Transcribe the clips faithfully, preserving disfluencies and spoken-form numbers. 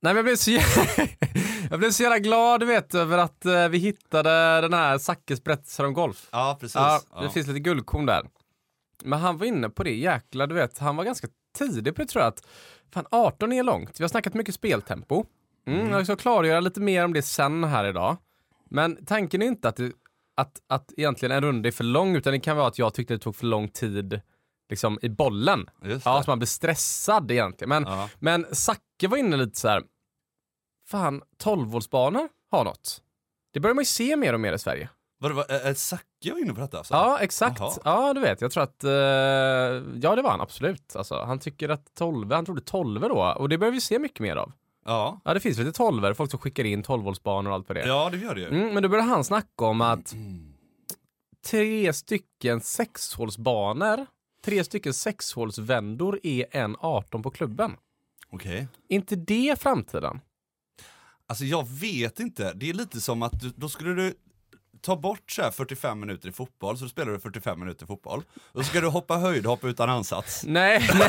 Nej, men jag blev så jävla, jag blev så jävla glad, du vet, över att uh, vi hittade den här Sackes berättelser om golf. Ja, precis. Ja, det ja. finns lite guldkorn där. Men han var inne på det, jäkla, du vet, han var ganska tidig på det, tror jag, att fan, arton är långt. Vi har snackat mycket speltempo. Mm, mm. Jag ska klargöra lite mer om det sen här idag. Men tanken är inte att, det, att, att egentligen en runda är för lång, utan det kan vara att jag tyckte det tog för lång tid liksom i bollen. Ja, så man blir stressad egentligen. Men, ja. men Zacke var inne lite så här, fan, tolv-hålsbanor har något. Det börjar man ju se mer och mer i Sverige. Var det var, är Zacke var inne på detta? Alltså? Ja, exakt. Aha. Ja, du vet, jag tror att, uh, ja det var han absolut. Alltså, han tycker att tolv, han trodde tolv då, och det börjar vi se mycket mer av. Ja. Ja, det finns lite tolver, folk som skickar in tolv-hålsbanor och allt på det. Ja, det gör det ju. Mm, men då började han snacka om att mm. tre stycken sexhålsbanor, tre stycken sexhålsvändor är en arton på klubben. Okej. Okay. Inte det framtiden? Alltså jag vet inte. Det är lite som att du, då skulle du ta bort så här fyrtiofem minuter i fotboll, så då spelar du fyrtiofem minuter i fotboll. Och så ska du hoppa höjd, hoppa utan ansats. Nej, nej.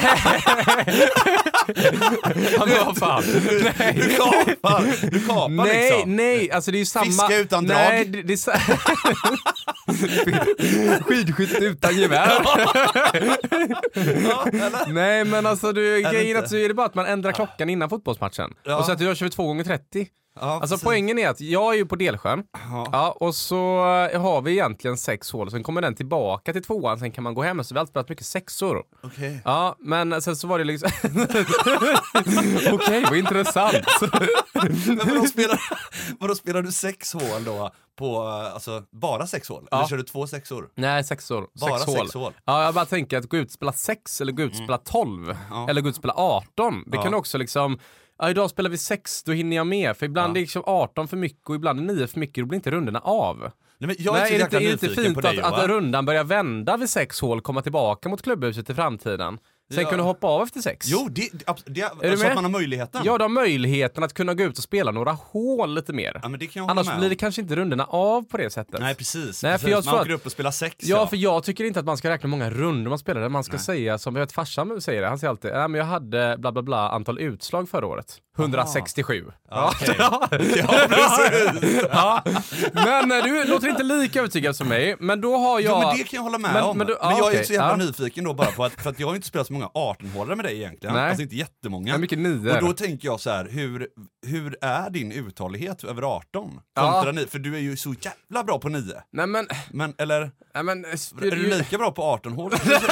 Alltså, fan. Nej. Du kapar, du kapar nej, liksom. Nej, alltså det är ju samma... Fiska utan drag. Nej, det, det är så... Skidskytte utan gevär. Ja, nej, men alltså du, grejen att så är det bara att man ändrar klockan innan fotbollsmatchen. Ja. Och så att jag kör två gånger trettio. Ja, alltså precis. Poängen är att jag är ju på Delsjön. Ja. Ja, och så har vi egentligen sex hål. Sen kommer den tillbaka till tvåan. Sen kan man gå hem och så vi har alltid spelat mycket sexor. Okej. Okay. Ja, men sen så var det liksom... Okej, okay, vad intressant. Men vadå spelar, vadå spelar du sex hål då? På, alltså, bara sex hål? Ja. Eller kör du två sexor? Nej, sexor. Bara sex, sex hål. hål. Ja, jag bara tänker att gå ut och spela sex eller gå ut och spela tolv. Ja. Eller gå ut och spela arton. Det ja. kan också liksom... Ja, idag spelar vi sex, då hinner jag med. För ibland ja. är det liksom arton för mycket och ibland är nio för mycket. Då blir inte rundorna av. Nej, men jag är, Nej, är, det inte, är det inte fint dig, att, att rundan börjar vända vid sex hål, komma tillbaka mot klubbhuset i framtiden? Sen ja. kan du hoppa av efter sex. Jo, det, det, det är så att man har möjligheten. Ja, du har möjligheten att kunna gå ut och spela några hål lite mer. Ja, men det kan jag Annars med blir det kanske inte rundorna av på det sättet. Nej, precis. Nej, precis. För jag man åker att, upp och spelar sex. Ja, ja, för jag tycker inte att man ska räkna många runder man spelar. Man ska Nej. säga, som jag vet farsan säger det, han säger alltid, nej men jag hade bla bla bla antal utslag förra året. hundrasextiosju. Ja, okay. ja. ja, precis. ja. Men du låter inte lika övertygad som mig. Men då har jag... Jo, men det kan jag hålla med men, om. Men, du, men jag okay. är så jävla ja. nyfiken då bara på att, för att jag har inte spelat så många arton-hålare med dig egentligen. Nej. Alltså inte jättemånga. Ja, mycket nior. Och då tänker jag så här, hur, hur är din uthållighet över arton? Kontra ja. nio, för du är ju så jävla bra på nio. Nej men... Men, eller... Nej, men, är du lika bra på arton hål?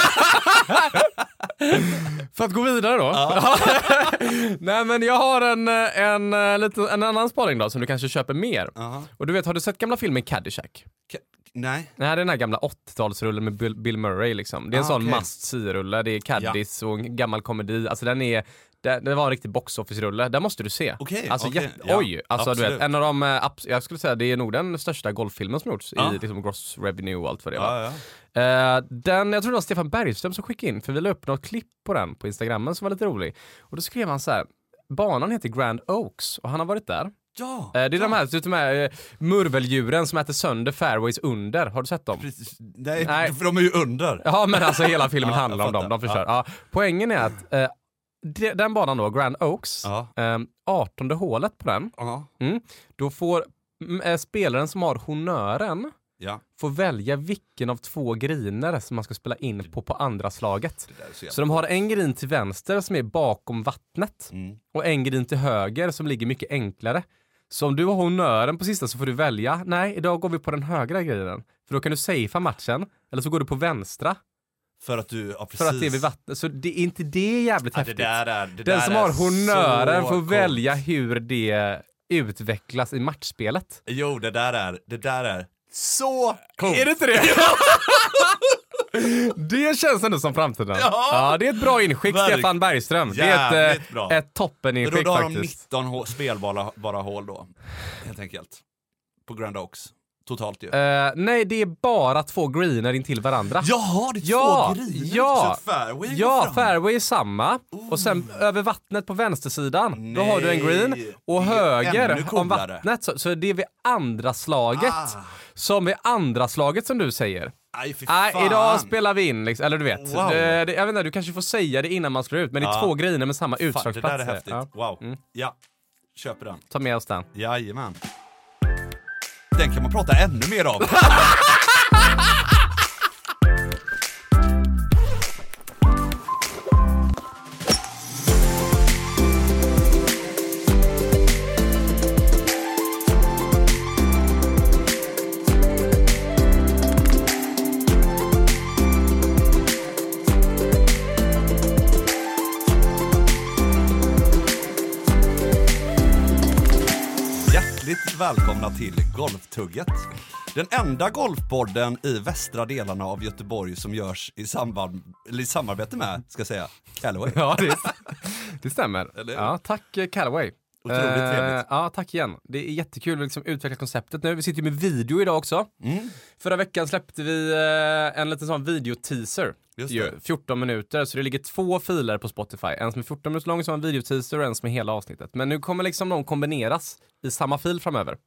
För att gå vidare då. Ja. Nej men jag har en, en, en, lite, en annan spaning då som du kanske köper mer. Uh-huh. Och du vet, har du sett gamla filmen Caddyshack? Ka- Nej. Nej, det är den här gamla åttiotalsrullen med Bill, Bill Murray liksom. Det är en ah, sån okay. must-see-rulle. Det är Caddys ja. och en gammal komedi. Alltså den är... Det, det var en riktig box-office-rulle. Där måste du se. Okay, alltså, okay. jätte, ja, oj, alltså absolut. du vet, en av de, jag skulle säga, det är nog den största golffilmen som gjorts ja. i liksom, gross revenue och allt för det. Ja, va? Ja. Uh, den, jag tror det var Stefan Bergström som skickade in, för vi la upp något klipp på den på Instagrammen som var lite rolig. Och då skrev han så här, banan heter Grand Oaks och han har varit där. Ja, uh, det är ja. de här, de här uh, murveldjuren som äter sönder fairways under. Har du sett dem? Precis. Nej, Nej, för de är ju under. Ja, men alltså hela filmen ja, handlar om dem. De förstör. Ja. Ja, poängen är att uh, den banan då, Grand Oaks, ja. um, artonde hålet på den, ja. mm, då får äh, spelaren som har honören ja. får välja vilken av två griner som man ska spela in på på andra slaget. Så, så de har en grin till vänster som är bakom vattnet mm. och en grin till höger som ligger mycket enklare. Så om du har honören på sista så får du välja, nej, idag går vi på den högra grinen. För då kan du safea matchen, eller så går du på vänstra. För att du, ja, precis. För att det är vid vattnet. Så det är inte det jävligt ja, häftigt. Det där är, det Den där som har honören får coolt. välja hur det utvecklas i matchspelet. Jo, det där är, det där är så coolt. Är det inte det? Det känns ändå som framtiden. Ja, ja det är ett bra inskick, Verk. Stefan Bergström. Jävligt det är ett, bra. ett toppeninskick då, då har faktiskt. de nitton hå- spelbara bara hål då, helt enkelt. På Grand Oaks. Totalt ju. Uh, nej, det är bara två greener in till varandra. Jaha, det är ja, två greener. Ja, så fairway ja fairway är samma. Oh. Och sen över vattnet på vänstersidan, nej. Då har du en green. Och höger om vattnet. Så, så det är vid andra slaget. Ah. Som är andra slaget som du säger. Aj, fy fan. Nej, idag spelar vi in, liksom, eller du vet. Wow. Det, det, jag vet inte, du kanske får säga det innan man slår ut. Men det är ja. två griner med samma utslagsplats. Det där är häftigt. Ja. Wow. Mm. Ja. Köper den. Ta med oss den. Jajamän. Den kan man prata ännu mer av. Välkomna till Golftugget. Den enda golfpodden i västra delarna av Göteborg som görs i, samband, eller i samarbete med, ska jag säga, Callaway. Ja, det, det stämmer. Eller? Ja, tack Callaway. Otroligt uh, trevligt. Ja, tack igen. Det är jättekul att liksom utveckla konceptet nu. Vi sitter ju med video idag också. Mm. Förra veckan släppte vi uh, en liten sån videoteaser. Just det. Ju, fjorton minuter, så det ligger två filer på Spotify. En som är fjorton minuter lång som en videoteaser och en som är hela avsnittet. Men nu kommer liksom de kombineras i samma fil framöver.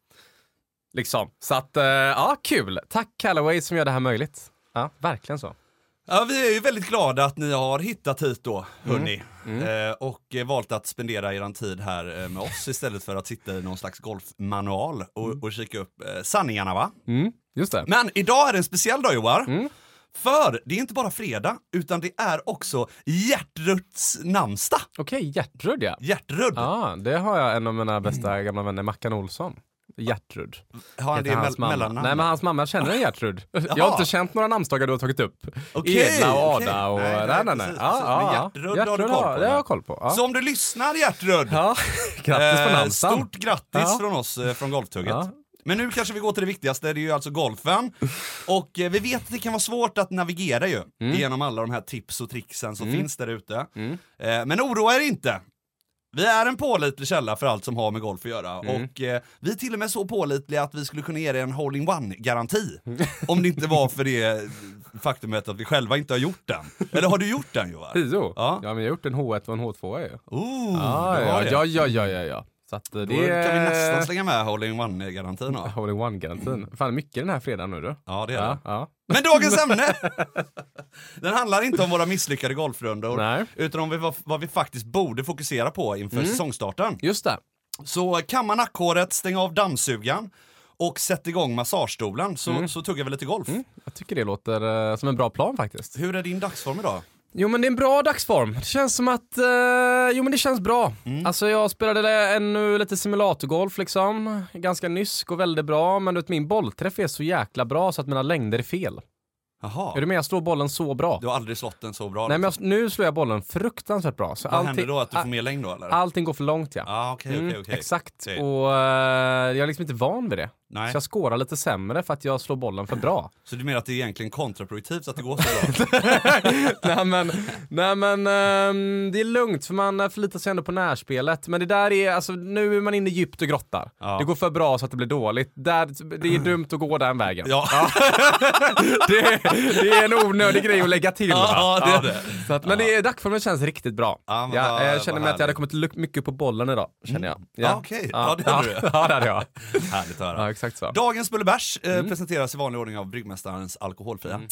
Liksom. Så att, uh, ja, kul. Tack Callaway som gör det här möjligt. Ja, verkligen så. Ja, vi är ju väldigt glada att ni har hittat hit då, hörni. Mm. Mm. Eh, och eh, valt att spendera er tid här eh, med oss istället för att sitta i någon slags golfmanual och, mm. och kika upp eh, sanningarna, va? Mm, just det. Men idag är det en speciell dag, Joar. Mm. För det är inte bara fredag, utan det är också Gertruds namnsdag. Okej, okay, Gertrud ja. Gertrud. Ja, det har jag en av mina bästa mm. gamla vänner, Mackan Olsson. Gertrud. Har han det me- mellannamn? Nej, men hans mamma känner en Gertrud. Jag har inte känt några namnsdagar du har tagit upp. Okay, Edla och okay. Ada och... Nej, nej, nej. nej. Ja, ja, Gertrud, Gertrud har du koll på. Det har jag koll på. Ja. Så om du lyssnar, Gertrud. Ja, grattis på namnsdagen. Stort grattis ja. från oss, från Golftugget. Ja. Men nu kanske vi går till det viktigaste, det är ju alltså golfen. Och eh, vi vet att det kan vara svårt att navigera ju mm. genom alla de här tips och tricksen som mm. finns där ute. Mm. Eh, men oroa er inte. Vi är en pålitlig källa för allt som har med golf att göra. Mm. Och eh, vi är till och med så pålitliga att vi skulle kunna ge er en hole-in-one-garanti. Mm. Om det inte var för det faktumet att vi själva inte har gjort den. Eller har du gjort den, Joar? Jo, ja. ja men jag har gjort en H ett och en H två. Ja, oh, ja, ja, ja, ja, ja, ja, ja. Så att det... Då kan vi nästan slänga med hole-in-one-garantin. Hole-in-one-garantin. Fan, mycket den här fredagen nu då. Ja, det är ja, det. Ja. Men dagens ämne! Den handlar inte om våra misslyckade golfrundor. Nej. Utan om vi, vad vi faktiskt borde fokusera på inför mm. säsongstarten. Just det. Så kamma nackhåret, stäng av dammsugan och sätt igång massagestolen så, mm. så tuggar vi lite golf. Mm. Jag tycker det låter uh, som en bra plan faktiskt. Hur är din dagsform idag? Jo men det är en bra dagsform. Det känns som att, uh, jo men det känns bra. Mm. Alltså jag spelade ännu lite simulatorgolf liksom. Ganska nyss, går väldigt bra. Men du vet, min bollträff är så jäkla bra så att mina längder är fel. Jaha. Är du med? Jag slår bollen så bra. Du har aldrig slått den så bra? Nej, men jag, nu slår jag bollen fruktansvärt bra. Så vad allting, händer då? Att du får mer längd då, eller? Allting går för långt, ja. Ah, okej, okay, mm, okej, okay, okay. Exakt. Okay. Och uh, jag är liksom inte van vid det. Nej. Så jag skårar lite sämre för att jag slår bollen för bra. Så du menar att det är egentligen kontraproduktivt att det går så bra? nej men, nej, men um, det är lugnt för man förlitar sig ändå på närspelet. Men det där är, alltså nu är man inne djupt och grottar. Ja. Det går för bra så att det blir dåligt. Där, det är dumt att gå den vägen. Ja. Ja. det, det är en onödig grej att lägga till. Ja, det är det. Så att, men ja. det är, dagsformen känns riktigt bra. Ja, ja, vad, jag känner mig att jag hade kommit mycket på bollen idag, känner jag. Ja, ja okej. Okay. Ja, ja, det hade ja, du. Ja, det hade jag. Härligt att höra. Ja, exakt så. Dagens Bullebärs eh, mm. presenteras i vanlig ordning av Bryggmästarens alkoholfria. Mm.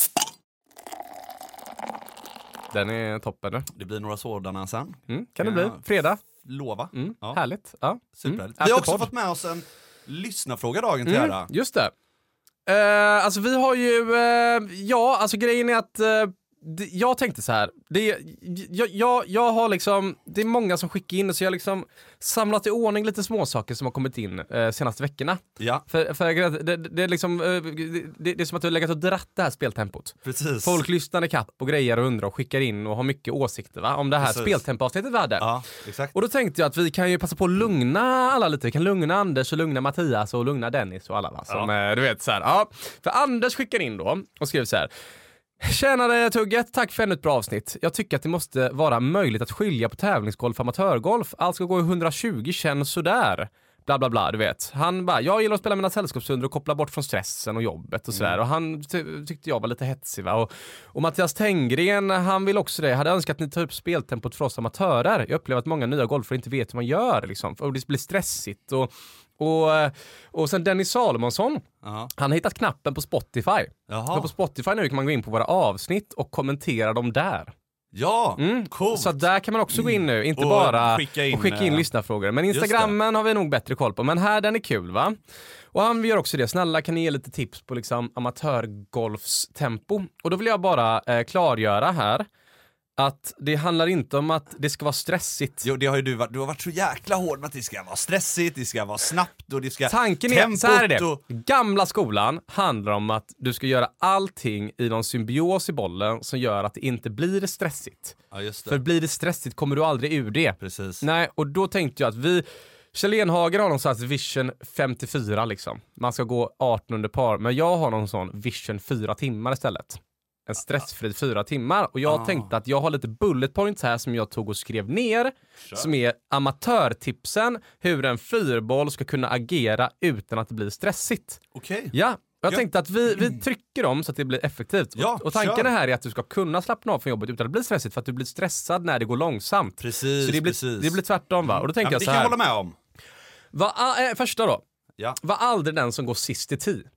Den är toppen nu. Det blir några sådana sen. Mm. Kan det bli? Fredag. Lova. Mm. Ja. Härligt. Ja. Superhärligt. Mm. Vi har också fått med oss en lyssnarfråga dagen till mm. ära. Just det. Uh, alltså vi har ju, uh, ja alltså grejen är att uh, det, jag tänkte så här, det, jag, jag, jag har liksom, det är många som skickar in så jag har liksom samlat i ordning lite småsaker som har kommit in uh, senaste veckorna. Ja. För, för det, det, är liksom, uh, det, det är som att du har legat och dratt det här speltempot. Precis. Folk lyssnar i kapp och grejer och undrar och skickar in och har mycket åsikter va? Om det här speltempoavsnittet vi hade. Ja, exakt. Och då tänkte jag att vi kan ju passa på att lugna alla lite. Vi kan lugna Anders och lugna Mattias och lugna Dennis och alla va? Som, ja. Du vet så här. Ja. För Anders skickar in då och skriver så här: tjänare Tugget, tack för ännu ett bra avsnitt. Jag tycker att det måste vara möjligt att skilja på tävlingsgolf och amatörgolf. Allt ska gå i hundratjugo känns sådär. Bla bla bla, du vet. Han bara, jag gillar att spela mina sällskapshundar och koppla bort från stressen och jobbet och sådär. Mm. Och han ty- tyckte jag var lite hetsig va. Och, och Mattias Tenggren, han vill också det. Hade önskat att ni tar upp speltempot för oss amatörer. Jag upplever att många nya golfare inte vet hur man gör liksom. Och det blir stressigt och Och, och sen Dennis Salomonsson, uh-huh. han har hittat knappen på Spotify. För på Spotify nu kan man gå in på våra avsnitt och kommentera dem där. Ja, Mm. coolt. Så där kan man också gå in nu, inte Och bara skicka in, och skicka in eh, lyssnarfrågor. Men Instagrammen har vi nog bättre koll på. Men här, den är kul va? Och han gör också det. Snälla, kan ni ge lite tips på liksom amatörgolfstempo? Och då vill jag bara eh, klargöra här att det handlar inte om att det ska vara stressigt. Jo, det har ju du varit. Du har varit så jäkla hård med att det ska vara stressigt, det ska vara snabbt och det ska... Tanken är, tempot så här är det. Och... Gamla skolan handlar om att du ska göra allting i någon symbios i bollen som gör att det inte blir stressigt. Ja, just det. För blir det stressigt kommer du aldrig ur det. Precis. Nej, och då tänkte jag att vi... Kjell Enhager har någon slags vision femtiofyra liksom. Man ska gå arton under par. Men jag har någon sån vision fyra timmar istället. En stressfri fyra timmar. Och jag Ah. tänkte att jag har lite bullet points här som jag tog och skrev ner. Kör. Som är amatörtipsen. Hur en fyrboll ska kunna agera utan att det blir stressigt. Okej. Ja, jag Ja. tänkte att vi, vi trycker dem så att det blir effektivt. Ja, och, och tanken kör. här är att du ska kunna slappna av från jobbet utan att det blir stressigt. För att du blir stressad när det går långsamt. Precis, Så det blir, precis. det blir tvärtom va? Och då tänker Ja, jag det så kan här. jag hålla med om. Va, äh, första då. Ja. Var aldrig den som går sist i tid.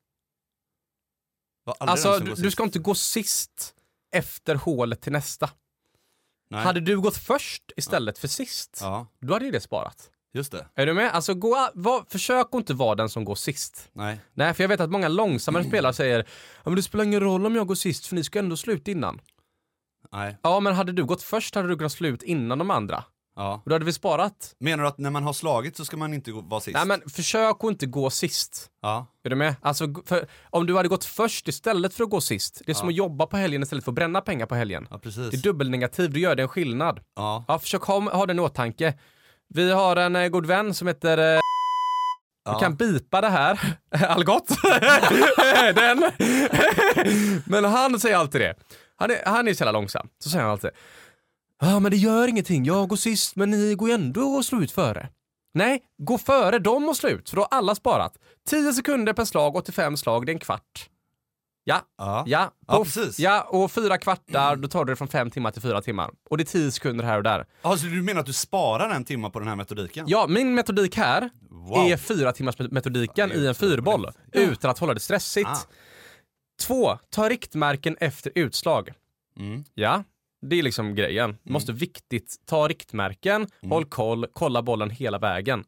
Var aldrig Alltså, den som du, går du sist. ska inte gå sist efter hålet till nästa. Nej. Hade du gått först istället för sist, Ja, då hade ju det sparat. just det. Är du med? Alltså, gå, var, försök att inte vara den som går sist. Nej. Nej, för jag vet att många långsammare spelare säger ja, men det spelar ingen roll om jag går sist för ni ska ändå sluta innan. Nej. Ja, men hade du gått först hade du kunnat sluta innan de andra. Ja. Och då hade vi sparat. Menar du att när man har slagit så ska man inte gå, vara sist? Nej, men försök att inte gå sist. Ja. Är du med? Alltså, för, om du hade gått först istället för att gå sist. Det är som Ja. att jobba på helgen istället för att bränna pengar på helgen. Ja, precis. Det är dubbelnegativ, du gör det en skillnad. Ja. Ja, försök ha, ha den i åtanke. Vi har en eh, god vän som heter... Eh, Ja. Du kan bipa det här. Algot. den. Men han säger alltid det. Han är, han är så jävla långsam. Så säger han alltid. Ja, ah, men det gör ingenting. Jag går sist, men ni går ändå och slår ut före. Nej, gå före dem och slut. För då har alla sparat. tio sekunder per slag, åttiofem slag, det är en kvart. Ja, Ja. ja. Ja, På- precis. Ja, och fyra kvartar, då tar du det från fem timmar till fyra timmar. Och det är tio sekunder här och där. Alltså, du menar att du sparar en timme på den här metodiken? Ja, min metodik här Wow. är fyra timmars metodiken Ja, det är i en fyrboll. Ja. Utan att hålla det stressigt. Ah. Två, ta riktmärken efter utslag. Mm. Ja, det är liksom grejen. Måste viktigt ta riktmärken, Mm. håll koll, kolla bollen hela vägen.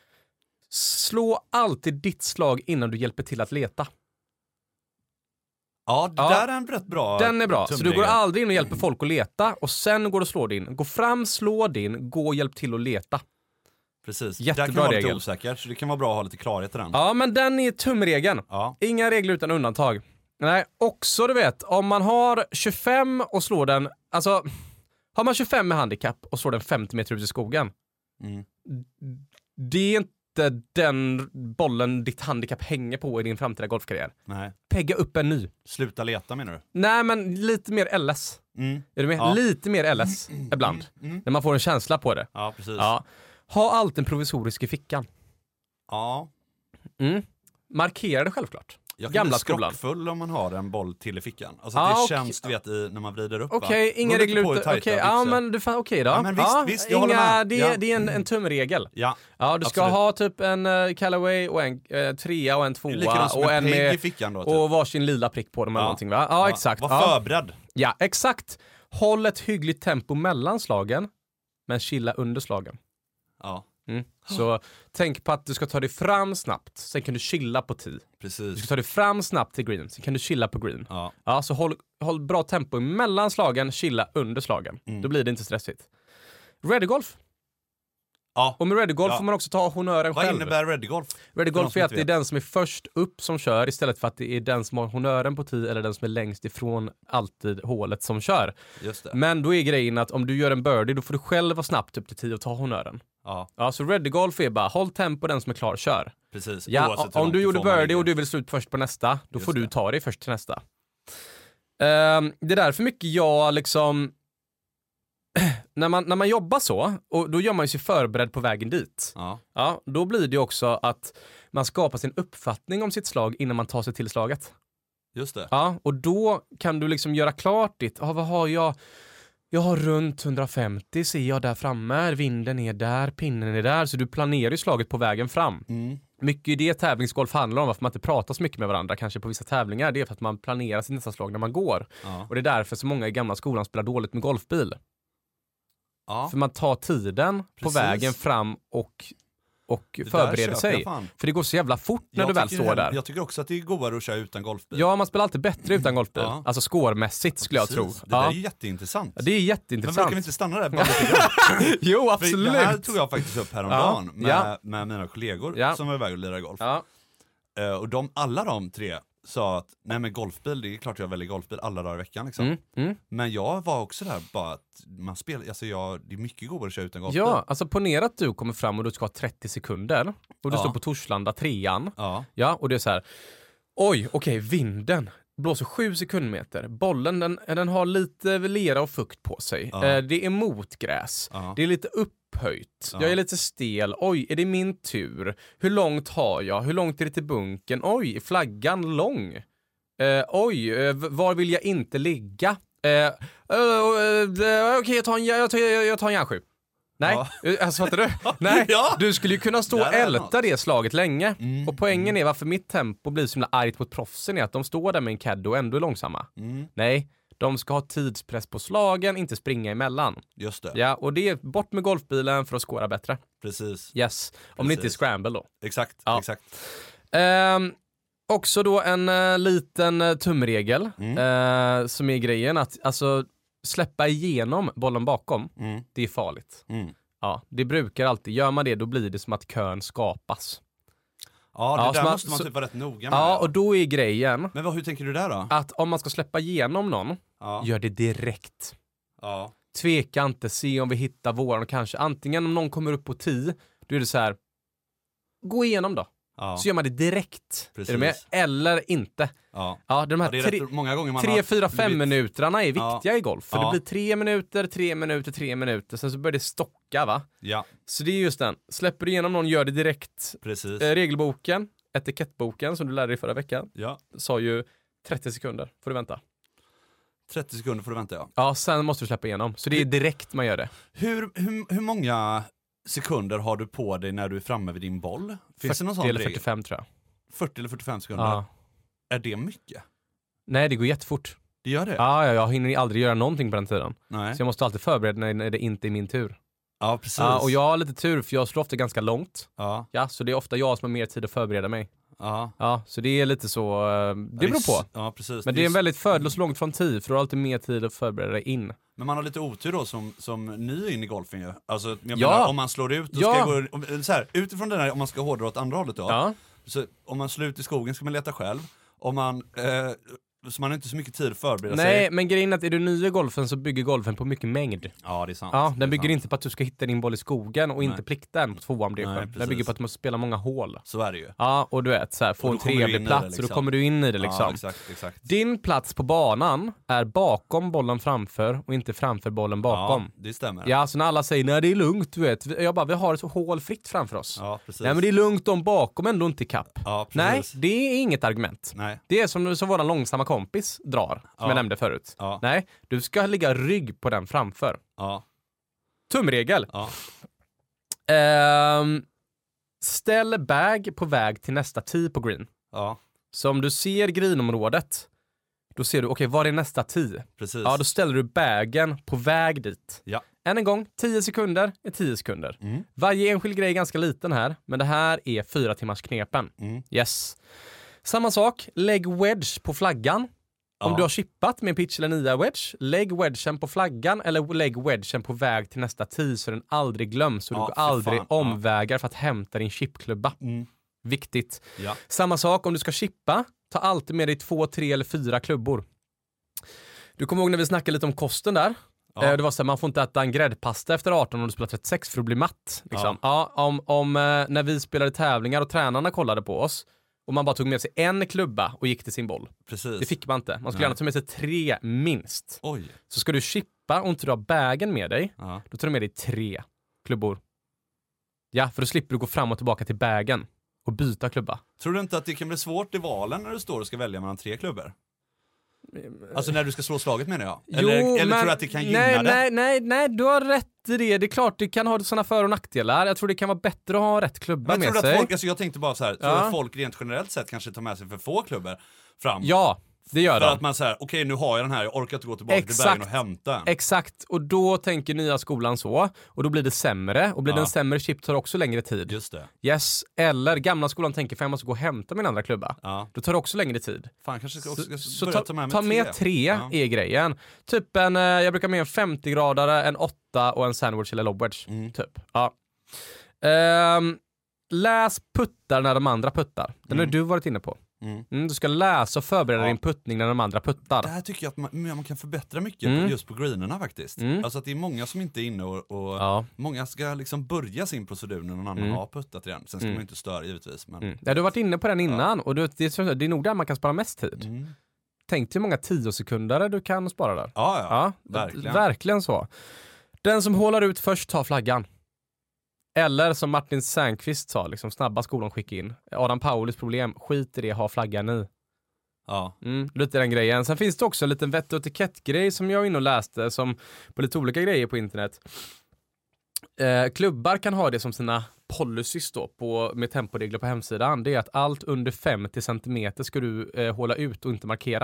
Slå alltid ditt slag innan du hjälper till att leta. Ja, det Ja. där är en rätt bra Den är bra. Så du går tumregel. aldrig in och hjälper folk att leta och sen går du och slår din. Gå fram, slå din, gå och hjälp till att leta. Precis. Jättebra där kan vara lite regel. osäker, så det kan vara bra att ha lite klarhet i den. Ja, men den är tumregeln. Ja. Inga regler utan undantag. Nej, också du vet, om man har tjugofem och slår den, alltså har man tjugofem med handikapp och slår den femtio meter ut i skogen. Mm. Det är inte den bollen ditt handikapp hänger på i din framtida golfkarriär. Nej. Pegga upp en ny. Sluta leta menar du? Nej, men lite mer L S. Mm. Är du med? Ja. Lite mer L S ibland. Mm. När man får en känsla på det. Ja, precis. Ja. Ha allt en provisorisk i fickan. Ja. Mm. Markera det självklart. Jag Gamla bli skolan. skrockfull om man har en boll till i fickan. Alltså Ah, det okej. känns, du vet, i, när man vrider upp. Okej, va? inga Beror lite regler på hur utan... tajta Okej, ja byxor. men du fan, okej då. Ja, men visst, ja, visst, jag håller inga, med. det, Ja. det är en, en tumregel. Ja. Ja, du ska Absolut. ha typ en uh, Callaway och en uh, trea och en tvåa Likadant som och en en pegg i med fickan då. Typ. och varsin lila prick på dem eller Ja. någonting va? Ja, exakt. Var Ja. förberedd. ja, exakt. Håll ett hyggligt tempo mellan slagen, men chilla under slagen. Ja, Mm. Så tänk på att du ska ta dig fram snabbt, sen kan du chilla på tee. Du precis. ska ta dig fram snabbt till green, sen kan du chilla på green. Ja. Ja, så håll, håll bra tempo mellan slagen, chilla under slagen. Mm. Då blir det inte stressigt. Ready golf. Ja. Och med ready golf Ja. får man också ta honören Vad själv. innebär ready golf? Ready För de golf som är inte att det är vet. den som är först upp som kör istället för att det är den som har honören på tee eller den som är längst ifrån alltid hålet som kör. Just det. Men då är grejen att om du gör en birdie då får du själv vara snabbt upp till tee och ta honören. Ja, Ja, så ready golf är bara håll tempo, den som är klar, kör. precis. Ja, Oavsett hur om långt du gjorde ifrån man birdie ligger. och du vill sluta först på nästa, då Just får du det. ta dig först till nästa. Um, det är därför mycket jag liksom när man, när man jobbar så, och då gör man ju sig förberedd på vägen dit. Ja, Ja, då blir det också att man skapar sin uppfattning om sitt slag innan man tar sig till slaget. just det. Ja, och då kan du liksom göra klart ditt, ja, vad har jag? Jag har runt hundrafemtio, ser jag där framme, vinden är där, pinnen är där, så du planerar ju slaget på vägen fram. Mm. mycket i det tävlingsgolf handlar om, varför man inte pratar så mycket med varandra kanske på vissa tävlingar, det är för att man planerar sitt nästa slag när man går. Ja. Och det är därför så många i gamla skolan spelar dåligt med golfbil. Ja. För man tar tiden Precis. på vägen fram och, och Det förbereder där sig. köper jag fan. För det går så jävla fort när Jag du väl tycker står det- där. Jag tycker också att det är godare att köra utan golfbil. Ja, man spelar alltid bättre utan golfbil. Ja. Alltså scoremässigt skulle Precis. jag tro. Det där Ja. är ju jätteintressant. Det är Men jätteintressant. brukar vi inte stanna där bara lite grann? Jo, För absolut. Det här tog jag faktiskt upp häromdagen Ja. med, Ja. med mina kollegor Ja. som var iväg och lirade golf. Ja. Eh, och de, alla de tre sa att nej men golfbil, det är klart jag väljer golfbil alla dagar i veckan liksom. Mm, mm. Men jag var också där bara att man spelar, alltså jag, det är mycket godare att köra utan golfbil. Ja, alltså ponera att du kommer fram och du ska ha trettio sekunder och du Ja. står på Torslanda trean. Ja. Ja, och det är så här. Oj, okej, vinden blåser sju sekundmeter. Bollen, den, den har lite lera och fukt på sig. Ja. Eh, det är motgräs. Ja. Det är lite upphöjt. Ja. Jag är lite stel. Oj, är det min tur? Hur långt har jag? Hur långt är det till bunken? Oj, är flaggan lång? Eh, oj, eh, v- var vill jag inte ligga? Eh, eh, eh, okej, jag tar en, jag tar, jag tar en järnsju. Nej, Ja. alltså fattar du? Nej, Ja. du skulle ju kunna stå och Där är älta något. det slaget länge. Mm. Och poängen är varför mitt tempo blir så himla argt mot proffsen är att de står där med en caddy och ändå är långsamma. Mm. Nej, de ska ha tidspress på slagen, inte springa emellan. Just det, Ja, och det är bort med golfbilen för att skåra bättre. precis. Yes, om det inte är Precis. scramble då. Exakt, Ja. exakt. Ehm, också då en uh, liten uh, tumregel Mm. eh, som är grejen att alltså släppa igenom bollen bakom, Mm. det är farligt. Mm. Ja, det brukar alltid, gör man det då blir det som att kön skapas. Ja, det Ja, där så man- måste man så- typ vara rätt noga med. Ja, och då är grejen Men vad, hur tänker du där då? att om man ska släppa igenom någon, Ja. gör det direkt. Ja. Tveka inte, se om vi hittar våran och kanske antingen om någon kommer upp på tio, då är det så här, gå igenom då. Ja. Så gör man det direkt. Precis. Är du med? Eller inte. Ja. Ja, de här Ja, det är tre, rätt många gånger man tre har fyra, fem blivit- minuterna är viktiga Ja. i golf. För Ja. det blir tre minuter, tre minuter, tre minuter, sen så börjar det stocka va? Ja, Så det är just den. Släpper du igenom någon, gör det direkt. precis. Eh, regelboken, etikettboken som du lärde dig förra veckan, Ja. sa ju trettio sekunder får du vänta. trettio sekunder får du vänta, ja. Ja, sen måste du släppa igenom. Så det är direkt man gör det. Hur, hur, hur många sekunder har du på dig när du är framme vid din boll? Finns det någon sån fyrtio eller regel? fyrtiofem tror jag. fyrtio eller fyrtiofem sekunder? Ja. Är det mycket? Nej, det går jättefort. Det gör det? Ja, ja, jag hinner aldrig göra någonting på den tiden. Nej. Så jag måste alltid förbereda när, när det inte är min tur. Ja, precis. Ja, och jag har lite tur för jag slår ofta ganska långt. Ja, Ja, så det är ofta jag som har mer tid att förbereda mig. ja. Ja, så det är lite så, eh, det beror på. Ja, precis. Men det är en s- väldigt fördel att slå långt från tid, för du har alltid mer tid att förbereda dig in. Men man har lite otur då som, som ny in i golfen ju. Alltså, jag Ja. menar, om man slår ut, då Ja. ska jag gå, om- så här, utifrån den här, om man ska hårdra åt andra hållet då. Ja, Så om man slår ut i skogen ska man leta själv. Om man, eh, så man har inte så mycket tid att förbereda nej, sig. men grejen är att är du ny i golfen så bygger golfen på mycket mängd. Ja, det är sant. Ja, Det är den bygger sant. inte på att du ska hitta din boll i skogen och inte Nej. plikta den på tvåan blir Nej, själv. Den precis. bygger på att du måste spela många hål. Så är det ju. Ja, och du vet, så här, få Och en då kommer du in trevlig i plats det, och då liksom. kommer du in i det liksom. Ja, exakt, exakt. Din plats på banan är bakom bollen framför och inte framför bollen bakom. Ja, det stämmer. Ja, så när alla säger nej det är lugnt, du vet. Jag bara, vi har ett hål fritt framför oss. Ja, precis. Nej men det är lugnt om bakom ändå inte kapp. Ja, Nej, precis. det är inget argument. Nej. Det är som, som våran långsamma kompis drar, som Ja. jag nämnde förut. Ja. Nej, du ska ligga rygg på den framför. Ja. Tumregel. Ja. Ehm, ställ bag på väg till nästa tee på green. Ja. Så om du ser greenområdet, då ser du, okej, var är nästa tee? Precis. Ja, då ställer du bagen på väg dit. Ja. Än en gång, tio sekunder är tio sekunder. Mm. Varje enskild grej är ganska liten här, men det här är fyra timmars knepen. Mm. Yes. Samma sak, lägg wedge på flaggan. Om Ja. du har chippat med en pitch eller nia wedge, lägg wedgen på flaggan eller lägg wedgen på väg till nästa tee så den aldrig glöms och Ja, du går för aldrig fan. Ja. omvägar för att hämta din chipklubba. Mm. Viktigt. Ja. Samma sak om du ska chippa, ta alltid med dig två, tre eller fyra klubbor. Du kommer ihåg när vi snackade lite om kosten där? Ja. Eh, Det var så här, man får inte äta en gräddpasta efter arton om du spelar trettiosex för att bli matt. Liksom. Ja. om, om, eh, när vi spelade tävlingar och tränarna kollade på oss och man bara tog med sig en klubba och gick till sin boll. Precis. Det fick man inte. Man skulle Nej. gärna ta med sig tre minst. Oj. Så ska du chippa och inte du har bagen med dig, Ja. då tar du med dig tre klubbor. Ja, för då slipper du gå fram och tillbaka till bagen och byta klubba. Tror du inte att det kan bli svårt i valen när du står och ska välja mellan tre klubbor? Alltså när du ska slå slaget menar jag. Jo, eller eller men, tror du att det kan gynna nej, det? Nej, nej, nej, du har rätt i det. Det är klart det kan ha sådana för- och nackdelar. Jag tror det kan vara bättre att ha rätt klubbar men med tror sig. Att folk, alltså jag tänkte bara så här, tror ja. att folk rent generellt sett kanske tar med sig för få klubbor fram? Ja, det gör för de. För att man säger, okej okay, nu har jag den här, jag orkar inte gå tillbaka Exakt. till bergen och hämta den. Exakt, och då tänker nya skolan så. Och då blir det sämre. Och blir ja. det en sämre chip tar det också längre tid. Just det. Yes, eller gamla skolan tänker för jag måste gå och hämta min andra klubba. Ja. Då tar det också längre tid. Fan, kanske ska också ska så börja ta, ta med mig ta med tre, tre ja. är grejen. Typ en, jag brukar med en femtio-gradare, en åtta och en sandwich eller lobwedge. Mm. Typ. Ja. Um, läs puttar när de andra puttar. Den mm. har du varit inne på. Mm. Mm, du ska läsa och förbereda ja. din puttning när de andra puttar. Det här tycker jag att man, man kan förbättra mycket mm. på, just på greenerna faktiskt. Mm. Alltså att det är många som inte är inne och, och ja. många ska liksom börja sin procedur när någon annan mm. har puttat igen. Sen ska mm. man inte störa givetvis. Men... Mm. Ja, du har varit inne på den innan ja. och du, det, är, det är nog där man kan spara mest tid. Mm. Tänk hur många tio sekunder du kan spara där. Ja, ja. ja verkligen. Verkligen så. Den som hålar ut först tar flaggan. Eller som Martin Sandqvist sa, liksom, snabba skolan skicka in. Adam Paulis problem, skit i det, ha flaggan i. Ja. Mm, lite den grejen. Sen finns det också en liten vett och etikettgrej som jag var inne och läste som på lite olika grejer på internet. Eh, klubbar kan ha det som sina policies då på, med temporegler på hemsidan. Det är att allt under femtio centimeter ska du eh, hålla ut och inte markera.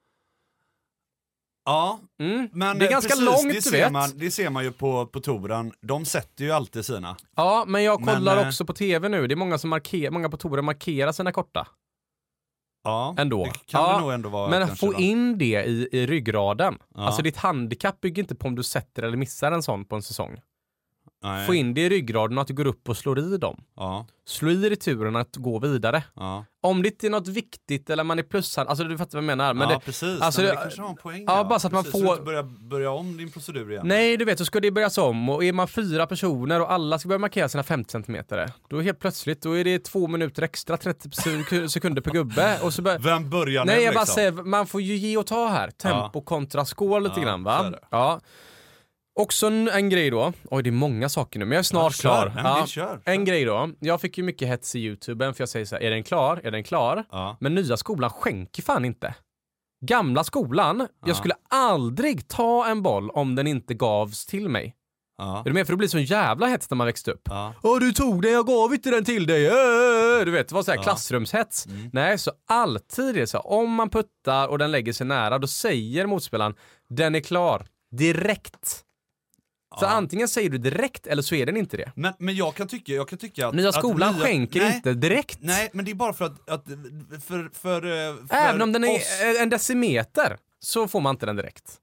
Ja, mm. men det är ganska precis, långt, det du ser vet. Man, det ser man ju på, på touren. De sätter ju alltid sina. Ja, men jag kollar men, också på tv nu. Det är många som markerar, många på touren markerar sina korta. Ja, ändå. det kan ja, det nog ändå vara. Men få då. in det i, i ryggraden. Ja. Alltså ditt handikapp bygger inte på om du sätter eller missar en sån på en säsong. Nej. Få in det i ryggraden och att du går upp och slår i dem. Ja. Slå i returen att gå vidare. Ja. Om det inte är något viktigt eller man är plussad, alltså du fattar vad jag menar. Men ja, det, precis. Alltså, men det, det kanske har en poäng. Ja, ja. bara så att precis, man får... Så du inte börja, börja om din procedur igen. Nej, du vet, så ska det börjas om. Och är man fyra personer och alla ska börja markera sina femtio centimeter, då är helt plötsligt, då är det två minuter extra, trettio sekunder per gubbe. Och så bör... Vem börjar Nej, nu, jag liksom? bara säger, man får ju ge och ta här. Tempo ja. kontra skål lite ja, grann, va? Ja. Också en, en grej då. Oj, det är många saker nu, men jag är snart ja, klar. Nej, ja. kör, kör. En grej då. Jag fick ju mycket hets i YouTube för jag säger så här, är den klar? Är den klar? Ja. Men nya skolan skänker fan inte. Gamla skolan, ja. jag skulle aldrig ta en boll om den inte gavs till mig. Ja. Är du med? För det blir så en jävla hets när man växte upp. Ja. Åh, du tog den, jag gav inte den till dig. Du vet, det var så här ja. klassrumshets. Mm. Nej, så alltid är det så. Om man puttar och den lägger sig nära, då säger motspelaren, den är klar. Direkt. Så ja. antingen säger du direkt eller så är den inte det. Men, men jag kan tycka, jag kan tycka att... Nya skolan att nya, skänker nej, inte direkt. Nej, men det är bara för att... att för, för, för Även om den är oss... en decimeter så får man inte den direkt.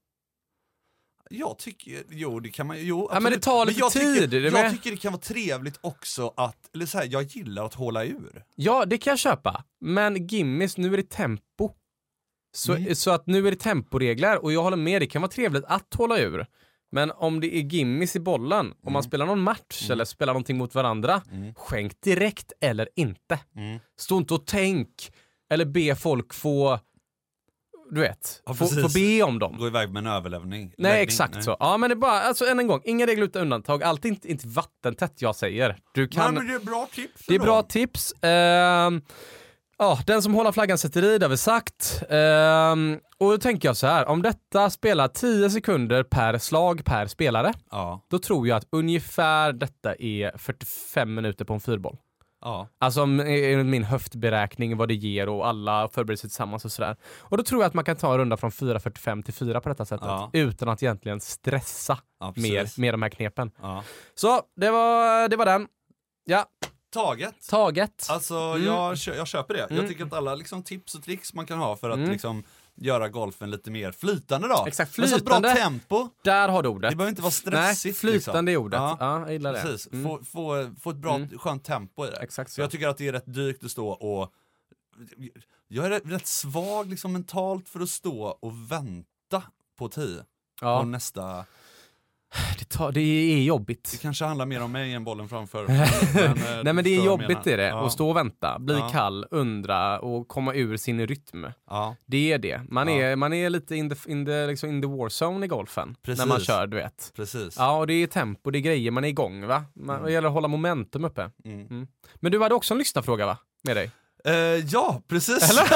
Jag tycker, jo det kan man jo, ja, men det tar lite jag tid. Tycker, jag med? tycker det kan vara trevligt också att, eller så här, jag gillar att hålla ur. Ja, det kan jag köpa. Men gimmis, nu är det tempo. Så, mm. så att nu är det temporegler och jag håller med, det kan vara trevligt att hålla ur. Men om det är gimmis i bollen, mm. om man spelar någon match mm. eller spelar någonting mot varandra, mm. skänk direkt eller inte. Mm. Stå inte och tänk eller be folk få, du vet, ja, få, få be om dem. Gå iväg med en överlämning. Nej, Läggning. exakt Nej. så. Ja, men det är bara, alltså än en gång, inga regler utan undantag. Allt är inte, inte vattentätt jag säger. Du kan... Nej, men det är bra tips. Det är då. bra tips. Uh, ja, den som håller flaggan sätter i, det har vi sagt. Uh, och då tänker jag så här, om detta spelar tio sekunder per slag per spelare, ja. då tror jag att ungefär detta är fyrtiofem minuter på en fyrboll. Ja. Alltså enligt min höftberäkning vad det ger och alla förbereder sig tillsammans och sådär. Och då tror jag att man kan ta en runda från fyra fyrtiofem till fyra på detta sättet. Ja. Utan att egentligen stressa ja, mer med de här knepen. Ja. Så det var, det var den. Ja. Taget. Taget. Alltså mm. jag, jag köper det. Mm. Jag tycker att alla liksom, tips och tricks man kan ha för att mm. liksom göra golfen lite mer flytande då. Exakt, flytande. Men så bra tempo. Där har du ordet. Det behöver inte vara stressigt. Nej, flytande liksom. i ordet. Ja, ja, jag gillar det. Precis. Mm. Få, få, få ett bra, mm. skönt tempo i det. Exakt så. Så jag tycker att det är rätt dyrt att stå och... Jag är rätt, rätt svag liksom mentalt för att stå och vänta på tio. Ja. På nästa... Det, tar, det är jobbigt. Det kanske handlar mer om mig än bollen framför. men, Nej men det är jobbigt är det. Ja. Att stå och vänta, bli ja. kall, undra och komma ur sin rytm. Ja. Det är det. Man, ja. är, man är lite in the, in the, liksom in the war zone i golfen. Precis. När man kör, du vet. Precis. Ja, och det är tempo, det är grejer, man är igång va? Man, mm. Det gäller att hålla momentum uppe. Mm. Mm. Men du hade också en lyssnarfråga va? Med dig? Uh, ja, precis. Eller?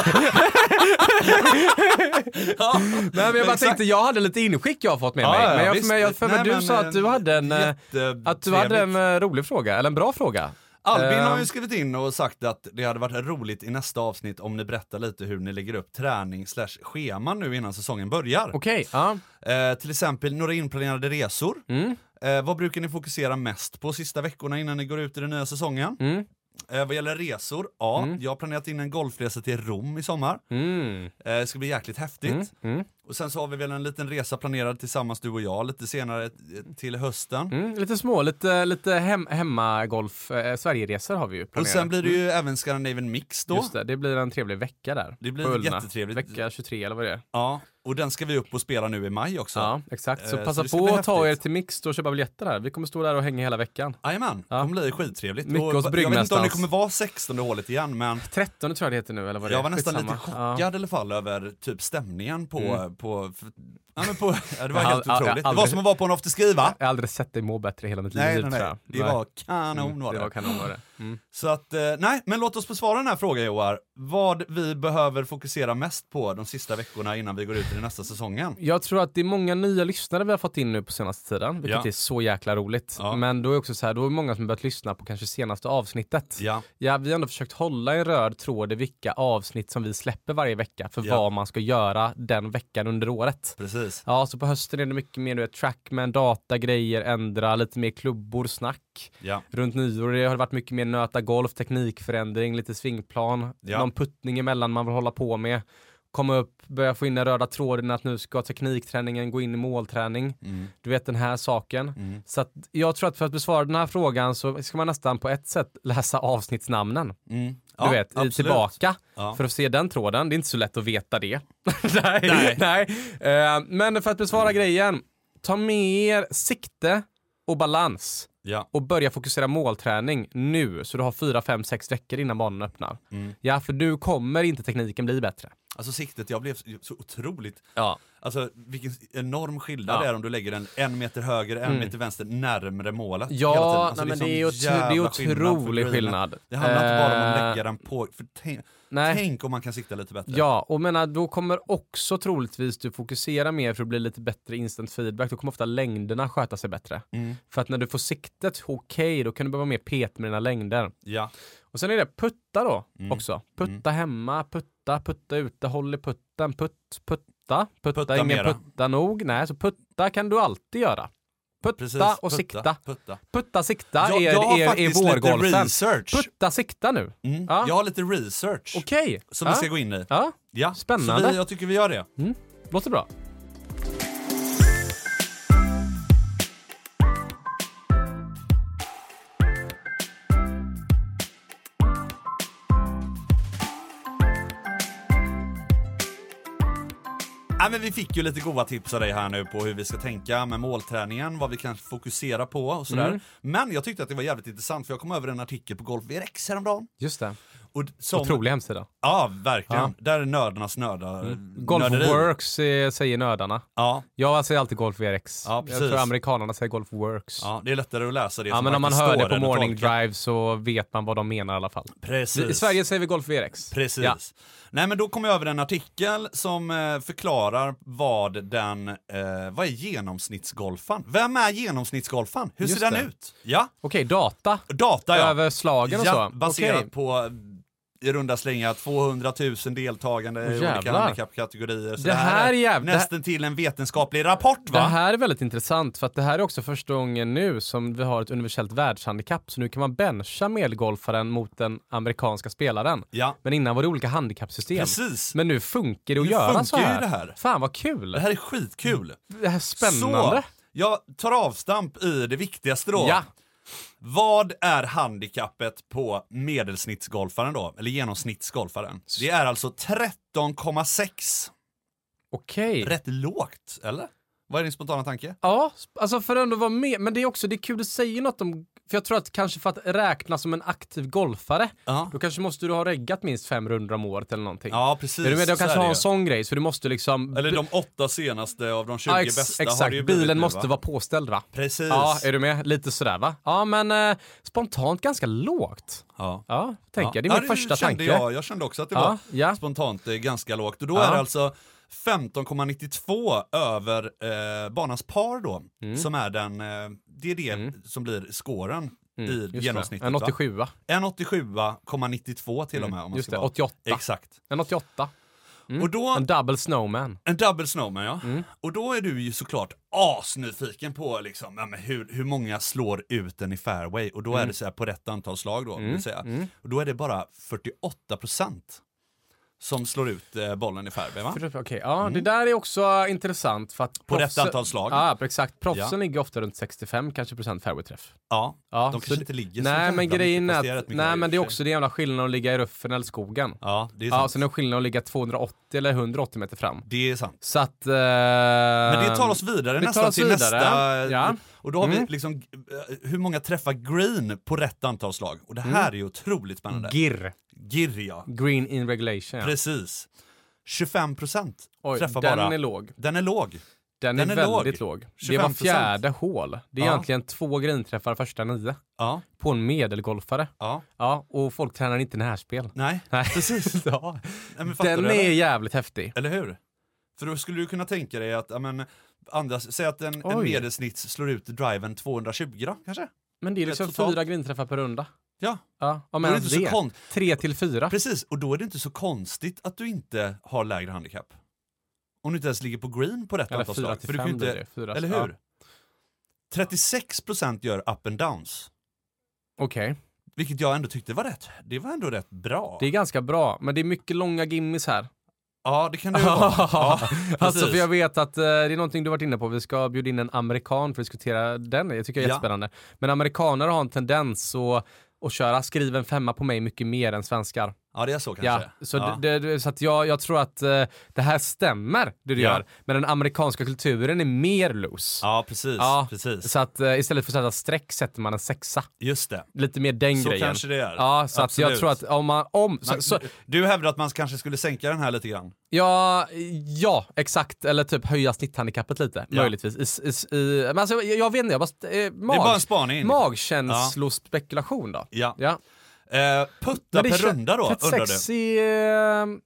ja, Nej, men jag bara exakt. tänkte, jag hade lite inskick jag har fått med Ja, mig. ja, men jag, visst. för mig, jag, för mig Nej, du men, sa att du hade en, att du hade en uh, rolig fråga, eller en bra fråga. Albin uh, har ju skrivit in och sagt att det hade varit roligt i nästa avsnitt om ni berättar lite hur ni lägger upp träning slash schema nu innan säsongen börjar. Okej, okay, ja. Uh, till exempel några inplanerade resor. Mm. Uh, vad brukar ni fokusera mest på sista veckorna innan ni går ut i den nya säsongen? Mm. Eh, vad gäller resor, ja, Mm. jag har planerat in en golfresa till Rom i sommar. Mm. Eh, det ska bli jäkligt häftigt. Mm. Mm. Och sen så har vi väl en liten resa planerad tillsammans du och jag lite senare eh, till hösten. Mm. Lite små, lite, lite hem, hemmagolf, eh, Sverigeresor har vi ju planerat. Och sen blir det ju mm. även Scandinavian Mix då. Just det, det blir en trevlig vecka där. Det blir jättetrevligt. Vecka tjugotre eller vad det är. Ja, och den ska vi upp och spela nu i maj också. Ja, exakt. Så Eh, passa så på att att ta er till Mix och köpa biljetter här. Vi kommer stå där och hänga hela veckan. Jajamän, ja. det kommer bli skittrevligt. Mycket hos och, jag vet inte om det Bryggmästans. kommer vara sextonde hålet igen, men trettonde tror jag det heter nu, eller vad det är. jag var nästan Skitsamma. lite chockad Ja. i alla fall över typ stämningen på, Mm. på, för, ja, men på ja, det var Jag helt har- otroligt. jag har Det var aldrig- som att vara på en afterski, va? Jag har aldrig sett dig må bättre i hela mitt Nej, liv. nej, tror nej. jag. Det Nej. var kanon Mm, var det. det var kanon var det. Mm. Så att, eh, nej, men låt oss besvara den här frågan, Joar. Vad vi behöver fokusera mest på de sista veckorna innan vi går ut i den nästa säsongen. Jag tror att det är många nya lyssnare vi har fått in nu på senaste tiden, vilket Ja. är så jäkla roligt. Ja. Men då är också så här, då är många som börjat lyssna på kanske senaste avsnittet. Ja, Ja, vi har ändå försökt hålla en röd tråd i vilka avsnitt som vi släpper varje vecka för Ja. vad man ska göra den veckan under året. precis. Ja, så på hösten är det mycket mer du vet, trackman, data, grejer, ändra, lite mer klubbor, snack. Ja, Runt nyår det har det varit mycket mer nöta golf, teknikförändring, lite svingplan, Ja. någon puttning emellan man vill hålla på med. Komma upp, börja få in den röda tråden att nu ska teknikträningen gå in i målträning. mm. Du vet den här saken. Mm. Så att jag tror att för att besvara den här frågan så ska man nästan på ett sätt läsa avsnittsnamnen. Mm. Du Ja, vet, i absolut. tillbaka. Ja. För att se den tråden. Det är inte så lätt att veta det. nej. Nej. nej. Eh, men för att besvara grejen. Ta med er sikte och balans. Ja. Och börja fokusera målträning nu. Så du har fyra, fem, sex veckor innan banan öppnar. Mm. Ja, för nu kommer inte tekniken bli bättre. Alltså siktet, jag blev så otroligt, Ja. alltså vilken enorm skillnad Ja. det är om du lägger den en meter höger, en Mm. meter vänster, närmare målet. hela tiden. Ja, Alltså, nej, men sån det är, otro- det är jävla skillnad för otrolig grejerna. skillnad. Det handlar inte bara om att Eh, lägga den på, för tänk, Nej. tänk om man kan sikta lite bättre. Ja, och menar, då kommer också troligtvis du fokusera mer för att bli lite bättre instant feedback. Då kommer ofta längderna sköta sig bättre. Mm. För att när du får siktet okej, då kan du behöva mer pet med dina längder. Ja. Och sen är det putta då Mm. också. Putta hemma, putta, putta ute, håll i putten, putt, putta, putta, Putta ingen mera. putta nog. Nej, så putta kan du alltid göra. Putta Precis, och putta, sikta. Putta. Putta, sikta Jag, är, jag har är, är faktiskt lite vårgolfen. research. Putta, sikta nu. Mm. Ja. Jag har lite research Okej. som ja. vi ska gå in i. Ja, Ja. Spännande. Så vi, jag tycker vi gör det. låter bra. Ja, men vi fick ju lite goda tips av dig här nu på hur vi ska tänka med målträningen, vad vi kan fokusera på och sådär. Mm. Men jag tyckte att det var jävligt intressant för jag kom över en artikel på Golf V R X häromdagen. Just det. Och som, Otrolig hemsida. Ja, verkligen. Ja. Där är nördarnas nördar. Mm. nörderi. Golfworks eh, säger nördarna. Ja, Jag säger alltid Golf V R X. Ja, jag precis. tror amerikanerna säger Golfworks. Ja, ja, det är lättare att läsa det som men om man faktiskt hör det står på än att Morning tolka. Drive så vet man vad de menar i alla fall. Precis. I Sverige säger vi Golf V R X. Precis. Ja. Nej, men då kom jag över en artikel som eh, förklarar vad den, eh, vad är genomsnittsgolfan? Vem är genomsnittsgolfan? Hur Just ser den det. ut? Ja, Okej, data. data ja. Över slagen och Ja, så. baserat Okej. på i runda slängar tvåhundratusen deltagande Åh, i olika jävlar. handikappkategorier. Så Det här är jävla- nästan till en vetenskaplig rapport, va? Det här är väldigt intressant för att det här är också första gången nu som vi har ett universellt världshandikapp. Så nu kan man bencha medelgolfaren mot den amerikanska spelaren. Ja, Men innan var det olika handikappsystem. precis. Men nu funkar det att Nu göra funkar så ju här. det här. Fan vad kul. Det här är skitkul. Det här är spännande. Så, jag tar avstamp i det viktigaste då. Ja. Vad är handikappet på medelsnittsgolfaren då? Eller genomsnittsgolfaren? Det är alltså tretton komma sex. Okej. Rätt lågt, eller? Vad är din spontana tanke? Ja, alltså för att ändå vara med. Men det är också det är kul, det säger något om för jag tror att kanske för att räkna som en aktiv golfare, Ja. då kanske måste du ha reggat minst fem rundor om året eller någonting. Ja, precis. Är du med? De kanske Så har är en det. sån grej, så du måste liksom... Eller de åtta senaste av de tjugo ja, ex- bästa exakt. har det ju blivit Bilen nu, måste va? vara påställd, va? Precis. Ja, är du med? Lite sådär, va? Ja, men eh, spontant ganska lågt. Ja. Ja, tänker jag. Det är Ja, min första kände tanke. Jag. jag kände också att det Ja, var ja. spontant eh, ganska lågt. Och då Ja. är det alltså femton komma nittiotvå över eh, banans par då, Mm. som är den, eh, det är det Mm. som blir scoren Mm, i just det. genomsnittet. En åttiosju, va? En åttiosju komma nittiotvå till och med. Om man Just ska det, vara. åttioåtta. Exakt. En åttioåtta. Mm. Och då, En double snowman. en double snowman, ja. Mm. Och då är du ju såklart asnyfiken på liksom, ja, men hur, hur många slår ut den i fairway. Och då är Mm. det så här på rätt antal slag då, Mm. vill säga. Mm. Och då är det bara fyrtioåtta procent som slår ut eh, bollen i fairway, va? Okej, okay. Ja, Mm. det där är också intressant för att På rätt proffsen- antal slag. Ja, exakt. Proffsen Ja. ligger ofta runt sextiofem kanske procent fairway-träff. Ja, Ja, de så kanske det- inte ligger så Nej, jävla men grejen mycket, är fast det är rätt att, mycket nej, i men och det är för sig. också det jävla skillnaden att ligga i ruffen eller skogen. Ja, det är Ja, sant. sen är det skillnaden att ligga tvåhundraåttio eller hundraåttio meter fram. Det är sant. Så att... Eh, Men det tar oss vidare det tar nästan oss till vidare. nästa. Ja. Och då har Mm. vi liksom, eh, hur många träffar green på rätt antal slag? Och det här Mm. är ju otroligt spännande. G I R. Girr, ja. Green in regulation. Ja. Precis. tjugofem procent Oj, träffar den bara. är låg. Den är låg. Den, Den är, är väldigt låg. låg. Det var tjugofem procent. fjärde hål. Det är Ja. egentligen två greenträffar första nio. Ja, På en medelgolfare. ja. Ja, och folk tränar inte närspel. Nej, Nej, precis. ja. Nej, men fattar Den du, är eller? jävligt häftig. Eller hur? För då skulle du kunna tänka dig att, ja, men, andra, säg att en, en Oj. medelsnitt slår ut driven tvåhundratjugo då, kanske? Men det är liksom Totalt. fyra greenträffar per runda. Ja, Ja, om då är det ens inte så det. kon- Tre till fyra. Precis, och då är det inte så konstigt att du inte har lägre handikapp. Om du inte ens ligger på green på rätt Eller antal fyra slag. till För du kan fem ju blir inte, det. Fyra, eller ja. hur? trettiosex procent gör up and downs. Okej. Vilket jag ändå tyckte var rätt, det var ändå rätt bra. Det är ganska bra, men det är mycket långa gimmis här. Ja, det kan det ju vara. Ja, Alltså, precis. för jag vet att eh, det är någonting du varit inne på. Vi ska bjuda in en amerikan för att diskutera den. Jag tycker det är Ja. jättespännande. Men amerikaner har en tendens att, att köra skriv en femma på mig mycket mer än svenskar. Ja, det är så Ja, kanske. så, ja. Det, det, så att jag, jag tror att eh, det här stämmer, det du Ja. gör. Men den amerikanska kulturen är mer loose. ja precis. Ja, precis. Så att eh, istället för att sätta streck sätter man en sexa. Just det. Lite mer den Så grejen. kanske det är. Ja, så att jag Absolut. tror att om man... Om, så, Man, så, du hävdar att man kanske skulle sänka den här lite grann? ja, ja, exakt. Eller typ höja snitthandikappet lite, Ja. möjligtvis. I, i, i, men alltså, jag, jag vet inte, jag bara... Eh, mag, Det är bara en spaning. magkänslospekulation då. Ja. Ja. Eh, putta Men det per kän- runda då, undrar du? trettiosex är... eh,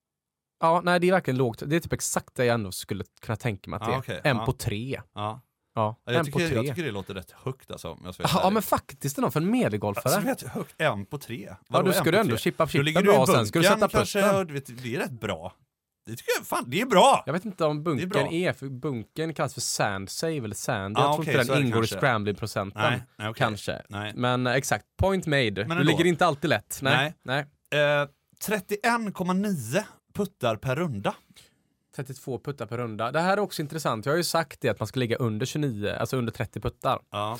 Ja, nej det är verkligen lågt. Det är typ exakt det jag ändå skulle kunna tänka mig att det är. Ja, okej. En Ja. på tre. Ja. Ja, Jag, en på tycker, tre. jag tycker det låter rätt högt alltså. Om jag ska vara Ja, ärlig. men faktiskt ändå för en medelgolfare. Alltså, vet, högt, en på tre. Ja, Vadå, då en ska på du ändå tre? chippa Då chippen ligger du bra i och sen ska du bunkern sätta kanske, putten. och du vet, det är rätt bra. Det tycker jag, fan, det är bra! Jag vet inte om Det är bunkern bra. är, för bunkern kallas för sand save eller sand. Ah, Jag tror okej, inte så är den det ingår kanske. i scrambling-procenten. Nej, nej, okej. Kanske. Nej. Men eh, exakt, point made. Men Du ändå. ligger inte alltid lätt. Nej. Nej. Eh, trettioen komma nio puttar per runda. trettiotvå puttar per runda. Det här är också intressant. Jag har ju sagt det att man ska ligga under tjugonio, alltså under trettio puttar. Ja.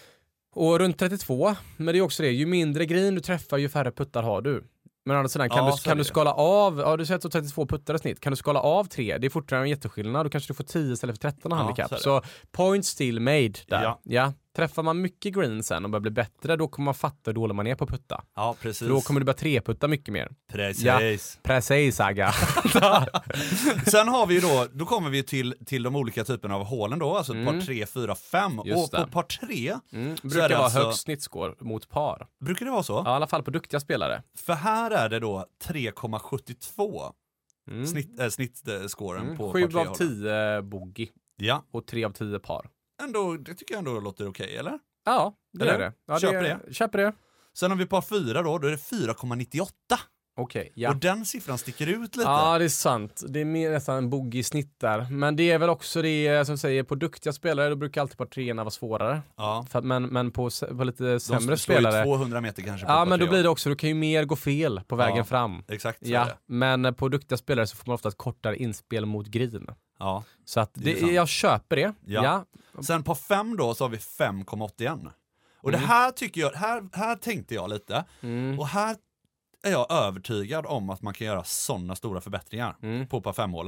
Och runt trettiotvå, men det är också det, ju mindre green du träffar ju färre puttar har du. Men å andra sidan, kan, Ja, du, så är kan du det. skala av, ja du säger att du har trettiotvå puttar i snitt, kan du skala av tre, det är fortfarande en jätteskillnad, då kanske du får tio istället för tretton Ja, handikapp. så är det. Så point still made där. Ja. Ja. Träffar man mycket green sen och börjar bli bättre, då kommer man fatta hur dålig man är på putta. Ja, precis. För då kommer du börja treputta mycket mer. Precis. Ja. Precis, Aga. Sen har vi ju då, då kommer vi till, till de olika typerna av hålen då, alltså ett Mm. par tre, fyra, fem. Just Och på det. par tre Mm. så är Brukar det vara alltså, högst snittscore mot par. brukar det vara så? Ja, i alla fall på duktiga spelare. För här är det då tre komma sjuttiotvå Mm. snitt, äh, snittscoren Mm. på Sju par tre av hålen. tio bogey Ja, och tre av tio par. ändå, det tycker jag ändå låter okej, eller? Ja, det Eller? är det. Ja, Köper det. Köper det. Sen har vi par fyra då, då är det fyra komma nittioåtta. Okej, ja. Och den siffran sticker ut lite. Ja, det är sant. Det är mer nästan en bogey-snitt där. Men det är väl också det som säger, på duktiga spelare då brukar alltid par treorna vara svårare. Ja. För, att- men, men på, s- på lite De sämre slår ju spelare. tvåhundra meter kanske på Ja, par men då tre blir hål. det också, du kan ju mer gå fel på vägen Ja. fram. Exakt så är Ja, det. men på duktiga spelare så får man ofta ett kortare inspel mot green. Ja. Så att Det är det, sant. jag köper det. Ja. Ja. Sen på fem då så har vi fem komma åttioen. Och Mm. det här tycker jag, här, här tänkte jag lite. Mm. Och här är jag övertygad om att man kan göra sådana stora förbättringar Mm. på par fem-hålen.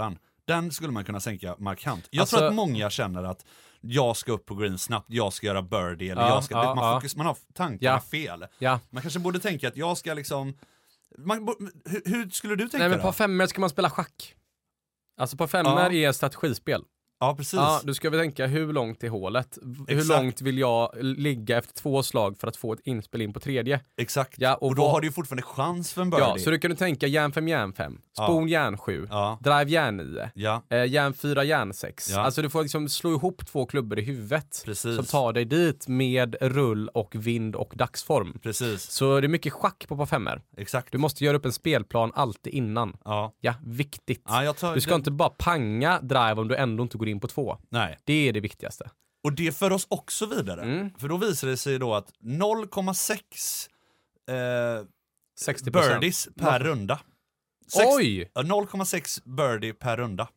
Den skulle man kunna sänka markant. Jag Alltså, tror att många känner att jag ska upp på green snabbt, jag ska göra birdie, eller Ja, jag ska, ja, man, ja. fokus, man har tankarna Ja. fel. Ja. Man kanske borde tänka att jag ska liksom... Man, bo- hur, hur skulle du tänka Nej, men då? på femmor ska man spela schack. Alltså på femmor Ja. är strategispel. Ja, precis. Ja, du ska väl tänka hur långt är hålet? Hur Exakt. långt vill jag ligga efter två slag för att få ett inspel in på tredje? Exakt. Ja, och och då vad- har du ju fortfarande chans för en birdie. Ja, så du kan du tänka järn fem, järn fem, spon järn sju, Ja. drive järn nio, Ja, eh, järn fyra, järn sex. Ja. Alltså du får liksom slå ihop två klubbor i huvudet Precis. som tar dig dit med rull och vind och dagsform. precis. Så det är mycket schack på par femmor. Exakt. Du måste göra upp en spelplan alltid innan. Ja. Ja, viktigt. Ja, jag tar Du ska det- inte bara panga drive om du ändå inte går in på två. Nej. Det är det viktigaste. Och det för oss också vidare. Mm. För då visar det sig då att noll komma sex eh, sextio procent. birdies per runda. Sex, Oj! ja, noll komma sex birdie per runda.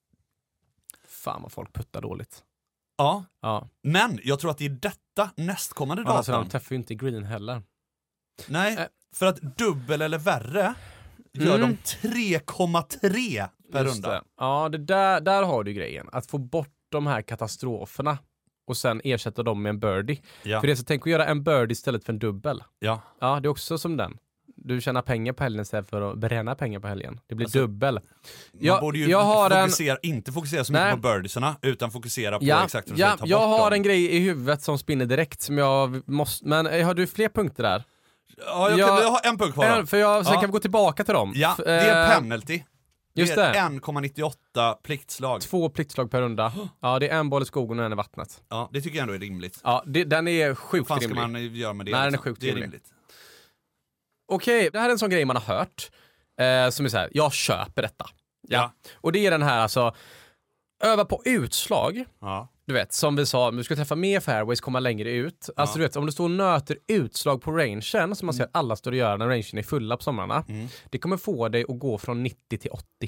Fan vad folk puttar dåligt. Ja, Ja. men jag tror att det är detta nästkommande Alltså, datan. de träffar ju inte green heller. Nej, Äh. för att dubbel eller värre gör Mm. de tre komma tre per Just runda. det. Ja, det där, där har du grejen. Att få bort de här katastroferna och sen ersätta dem med en birdie. Ja. För det så tänk att göra en birdie istället för en dubbel. Ja. Ja, det är också som den. Du tjänar pengar på helgen istället för att bränna pengar på helgen. Det blir Alltså, dubbel. Man Jag- borde ju jag har en- fokusera, inte fokusera så mycket Nej. på birdiesarna utan fokusera på Ja, exakt hur ja du ska ta jag bort har dem. en grej i huvudet som spinner direkt som jag måste... Men eh, har du fler punkter där? Ja, jag, jag- kan, jag har en punkt kvar då. En, för jag, sen Ja. kan vi gå tillbaka till dem. Ja, F- det är eh, penalty. Just det är det. en komma nittioåtta pliktslag. Två pliktslag per runda. Ja, det är en boll i skogen och en i vattnet. Ja, det tycker jag ändå är rimligt. Ja, det, den är Vad sjukt fan ska rimlig. man göra med det? Nej, den är liksom? sjukt Det är rimlig. rimligt. Okej, det här är en sån grej man har hört. Eh, som är så här, jag köper detta. Ja. Och det är den här alltså, öva på utslag. Ja. Du vet, som vi sa, du ska träffa mer fairways, komma längre ut. Alltså Ja. du vet, om du står och nöter utslag på rangen, som man ser att alla står och gör när rangen är fulla på somrarna. Mm. Det kommer få dig att gå från nittio till åttio.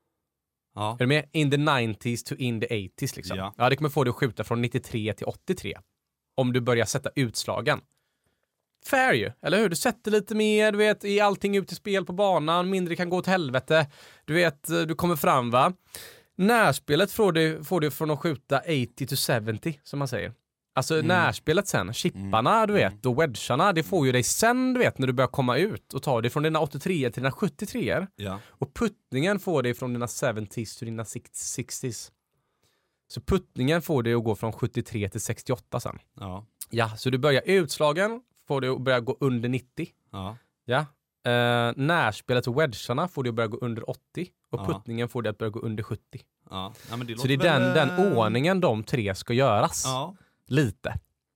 Ja. Är du med? In the nineties to in the eighties liksom. Ja. Ja, det kommer få dig att skjuta från nittiotre till åttiotre. Om du börjar sätta utslagen. Fair ju, eller hur? Du sätter lite mer, du vet, i allting ut i spel på banan, mindre kan gå åt helvete. Du vet, du kommer fram va. Närspelet får du, får du från att skjuta åttio to sjuttio, som man säger. Alltså Mm. närspelet sen, chipparna du vet, och wedgarna, det får ju dig sen du vet när du börjar komma ut och ta dig från dina åttiotre till dina sjuttiotre. Ja. Och puttningen får dig från dina sjuttio's till dina sextio's. Så puttningen får dig att gå från sjuttiotre till sextioåtta sen. Ja. Ja, så du börjar utslagen, får dig att börja gå under nittio. Ja. Ja. Eh, närspelet och wedgarna får dig att börja gå under åttio. Och Ja. puttningen får dig att börja gå under sjuttio. Ja. Ja, men det Så det är låter den, väl, den eh, ordningen de tre ska göras. Ja. Lite.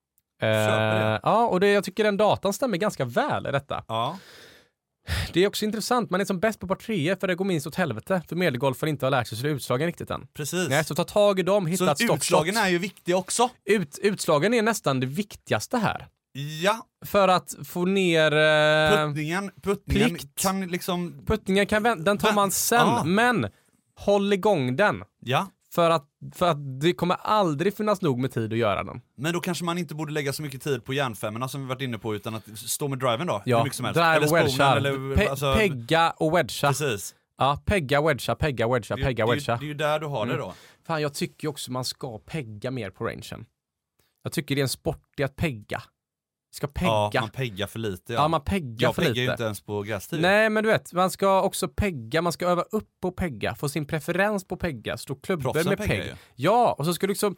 Köper det. Eh, ja, och det, jag tycker den datan stämmer ganska väl i detta. Ja. Det är också intressant, man är som bäst på par tre för det går minst åt helvete. För medelgolfare inte har lärt sig så det är utslagen riktigt än. Precis. Nej, så ta tag i dem, hitta så ett stoppshot. utslagen är ju viktiga också. Ut, utslagen är nästan det viktigaste här. Ja. För att få ner... Eh, Puttningen, puttningen plikt. kan liksom... puttningen kan vä- den tar man sen, Ja. men håll igång den. Ja. För att, för att det kommer aldrig finnas nog med tid att göra den. Men då kanske man inte borde lägga så mycket tid på järnfemmorna som vi varit inne på utan att stå med driven då. Ja, Hur mycket som helst. drive Eller och sponen, wedgar. eller, Pe- alltså, pegga och wedga. Precis. Ja, pegga, wedga, pegga, wedga, Det, pegga, det, det, wedga. det är ju där du har det Mm. då. Fan, jag tycker ju också man ska pegga mer på rangen. Jag tycker det är en sport i att pegga. Ska pegga. Ja, Ja, man peggar för lite. Ja. ja man peggar jag för peggar lite. ju inte ens på grästid. Nej, men du vet, man ska också pegga, man ska öva upp på att pegga, få sin preferens på att pegga, stå klubbor Proffsen med peggar pegg. ju. Ja, och så ska du liksom,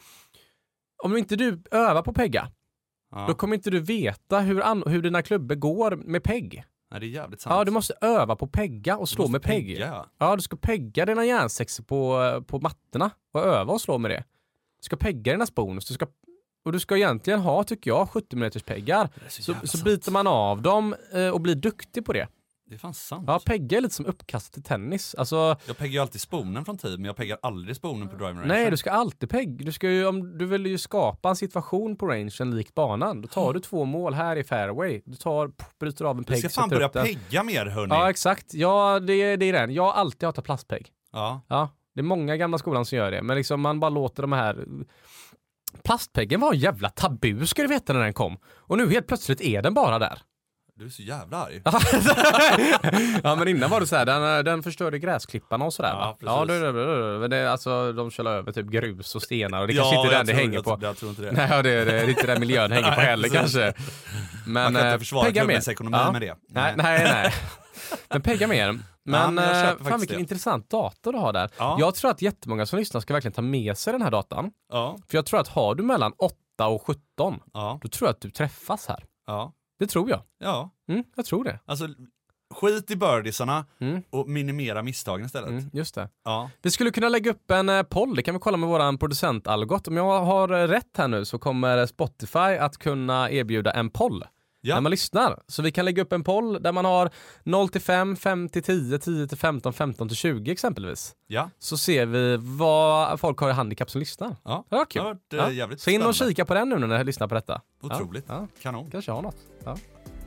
om inte du övar på pegga, Ja. då kommer inte du veta hur, an- hur dina klubbor går med pegg. Nej, det är jävligt sant. Ja, du måste öva på pegga och Du slå måste med pegg. pegga, ja. Ja, du ska pegga dina järnsexor på, på mattorna och öva och slå med det. Du ska pegga dina spons, du ska, och du ska egentligen ha, tycker jag, sjuttio minuters peggar. Det är så Så, jävla så sant. biter man av dem eh, och blir duktig på det. Det är fan sant. Ja, pegga är lite som uppkast till tennis. Alltså, Jag peggar ju alltid sponen från tid, men jag peggar aldrig sponen på driving range. nej, du ska alltid pegga. Du, ska ju, om, du vill ju skapa en situation på rangen likt banan. Då tar du två mål här i fairway. Du tar, pff, bryter av en Du pegg, ska fan sätter börja upp den. pegga mer, hörni. Ja, exakt. Ja, det, det är den. Jag har alltid hatat plastpegg. Ja. Ja, det är många gamla skolan som gör det. Men liksom man bara låter de här... Plastpeggen var en jävla tabu, ska du veta, när den kom. Och nu helt plötsligt är den bara där. Du är så jävla arg. Ja, men innan var det så här, den, den förstörde gräsklipparna och sådär. Ja, ja det, det, det, det, alltså de kör över typ grus och stenar och det ja, kanske inte är den det tror, hänger jag, på. Jag, jag tror inte det. Nej, det, det är inte den miljön hänger på heller kanske. Men, man kan inte försvara klubbens ekonomi ja. med det. Nej, nej, nej. Men pegga mer. Men, ja, men fan vilken det. intressant dator du har där. Ja. Jag tror att jättemånga som lyssnar ska verkligen ta med sig den här datan. Ja. För jag tror att har du mellan åtta och sjutton, ja. då tror jag att du träffas här. Ja. Det tror jag. Ja. Mm, jag tror det. Alltså, skit i birdiesarna mm. och minimera misstagen istället. Mm, just det. Ja. Vi skulle kunna lägga upp en eh, poll, det kan vi kolla med våran producent Algot. Om jag har eh, rätt här nu så kommer Spotify att kunna erbjuda en poll. Ja. När man lyssnar. Så vi kan lägga upp en poll där man har noll till fem, fem till tio, tio till femton, femton till tjugo exempelvis. Ja. Så ser vi vad folk har i handikapp som lyssnar. Ja, det var kul. Det har varit, ja. jävligt Så in och spännande. kika på den nu när jag lyssnar på detta. Otroligt. Ja. Kanon. Kanske har något. Ja.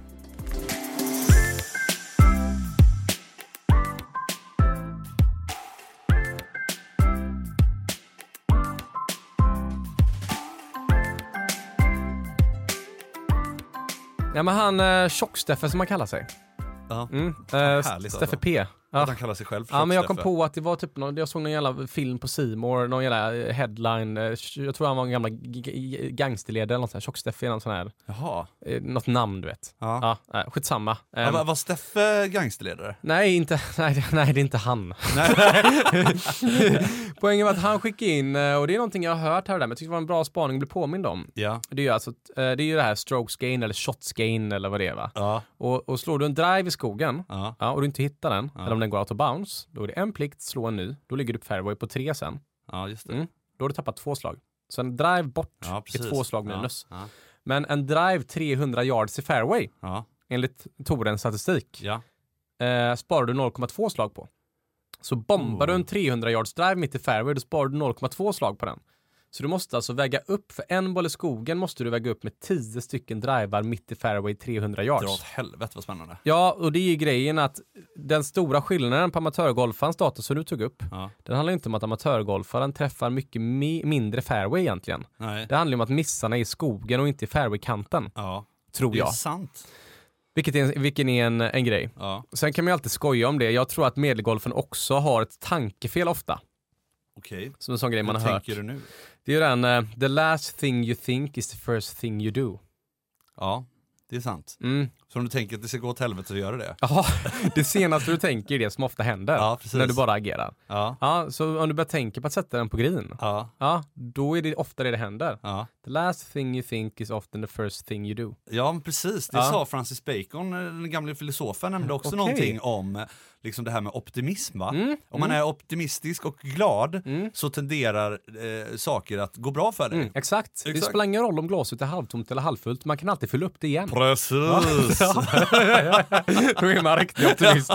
Ja, men han eh, Tjock-Steffe som man kallar sig. Ja. Mm. Härligt, Steffe alltså. P. Ja. Att han kallar sig själv Ja, men jag kom på att det var typ någon, jag såg någon jävla film på C More, någon jävla headline, jag tror han var en gamla gangsterledare eller något sånt, Tjock-Steffe är någon sån här. Jaha. Något namn du vet. Ja. Ja, skitsamma. Ja, um, var, var Steffe gangsterledare? Nej, inte, nej, nej, det är inte han. Poängen var att han skickade in, och det är någonting jag har hört här, men jag tyckte det var en bra spaning att bli påmind om. Ja. Det är ju alltså, det är ju det här strokes gain eller shots gain eller vad det är va? Ja. Och, och slår du en drive i skogen ja. Ja, och du inte hittar den, ja. eller om den går out of bounds, då är det en plikt, slå en ny, då ligger du på fairway på tre sen. Ja, just det. Mm. Då har du tappat två slag. Så en drive bort ja, är två slag minus. Ja. Ja. Men en drive trehundra yards i fairway, ja. enligt Torens statistik, ja. eh, sparar du noll komma två slag på. Så bombar oh. du en trehundra yards drive mitt i fairway, då sparar du noll komma två slag på den. Så du måste alltså väga upp, för en boll i skogen måste du väga upp med tio stycken drivar mitt i fairway trehundra yards. Dra åt helvete vad spännande. Ja, och det är ju grejen att den stora skillnaden på amatörgolfarens data som du tog upp, ja. den handlar inte om att amatörgolfaren träffar mycket mi- mindre fairway egentligen. Nej. Det handlar om att missarna är i skogen och inte i fairwaykanten. Ja, tror jag. Det är sant. Vilket är en, vilken är en, en grej. Ja. Sen kan man ju alltid skoja om det. Jag tror att medelgolfen också har ett tankefel ofta. Okej. Som en sån grej man Hur har hört. tänker du nu? Det är ju den, uh, the last thing you think is the first thing you do. Ja, det är sant. Mm. Så om du tänker att det ska gå åt helvete så gör du det. Ja, det senaste du tänker är det som ofta händer. Ja, precis. När du bara agerar. Ja. Ja, så om du börjar tänka på att sätta den på green. Ja. Ja, då är det ofta det det händer. Ja. The last thing you think is often the first thing you do. Ja, precis. Det ja. sa Francis Bacon, den gamla filosofen, nämnde också okay. någonting om liksom det här med optimism. Va? Mm. Om man är optimistisk och glad mm. så tenderar eh, saker att gå bra för dig. Mm, exakt. exakt. Det spelar ingen roll om glaset är halvtomt eller halvfullt. Man kan alltid fylla upp det igen. Precis. Ja. Då är man riktigt optimist.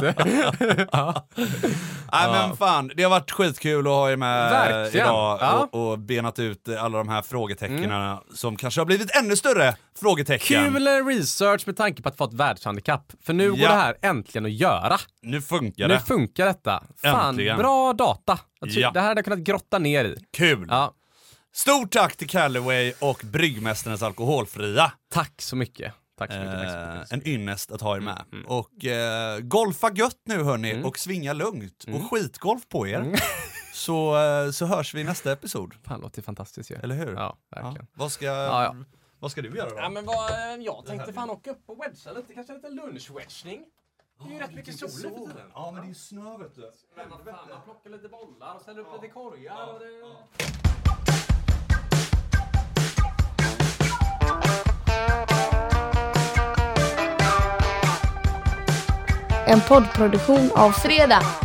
Ja. Nej men fan, det har varit skitkul att ha er med Verkligen. idag ja. och, och benat ut alla de här frågetecknen mm. som kanske har blivit ännu större frågetecken. Kul research med tanke på att få ett världshandikapp. För nu ja. går det här äntligen att göra. Nu funkar det. Nu funkar detta. Fan, äntligen. Bra data. Jag ja. Det här hade jag kunnat grotta ner i. Kul. Ja. Stort tack till Callaway och Bryggmästarens alkoholfria. Tack så mycket. Tack så mycket. Eh, en ynnest att ha er med. Mm. Och eh, golfa gött nu hörni mm. och svinga lugnt. Mm. Och skitgolf på er. Mm. så, eh, så hörs vi i nästa episod. Fan, låter fantastiskt ju. Eller hur? Ja, verkligen. Ja. Vad, ska, ja, ja. vad ska du göra då? Ja, men vad, jag tänkte fan åka upp och wedga lite. Kanske lite lunchwedgning. Det är ju ah, rätt mycket sol nu för tiden. Ja, men det är ju snö vet du. Men vad fan, man plockar lite bollar och ställer upp ja. lite korgar. Ja. Och det... En poddproduktion av Fredag.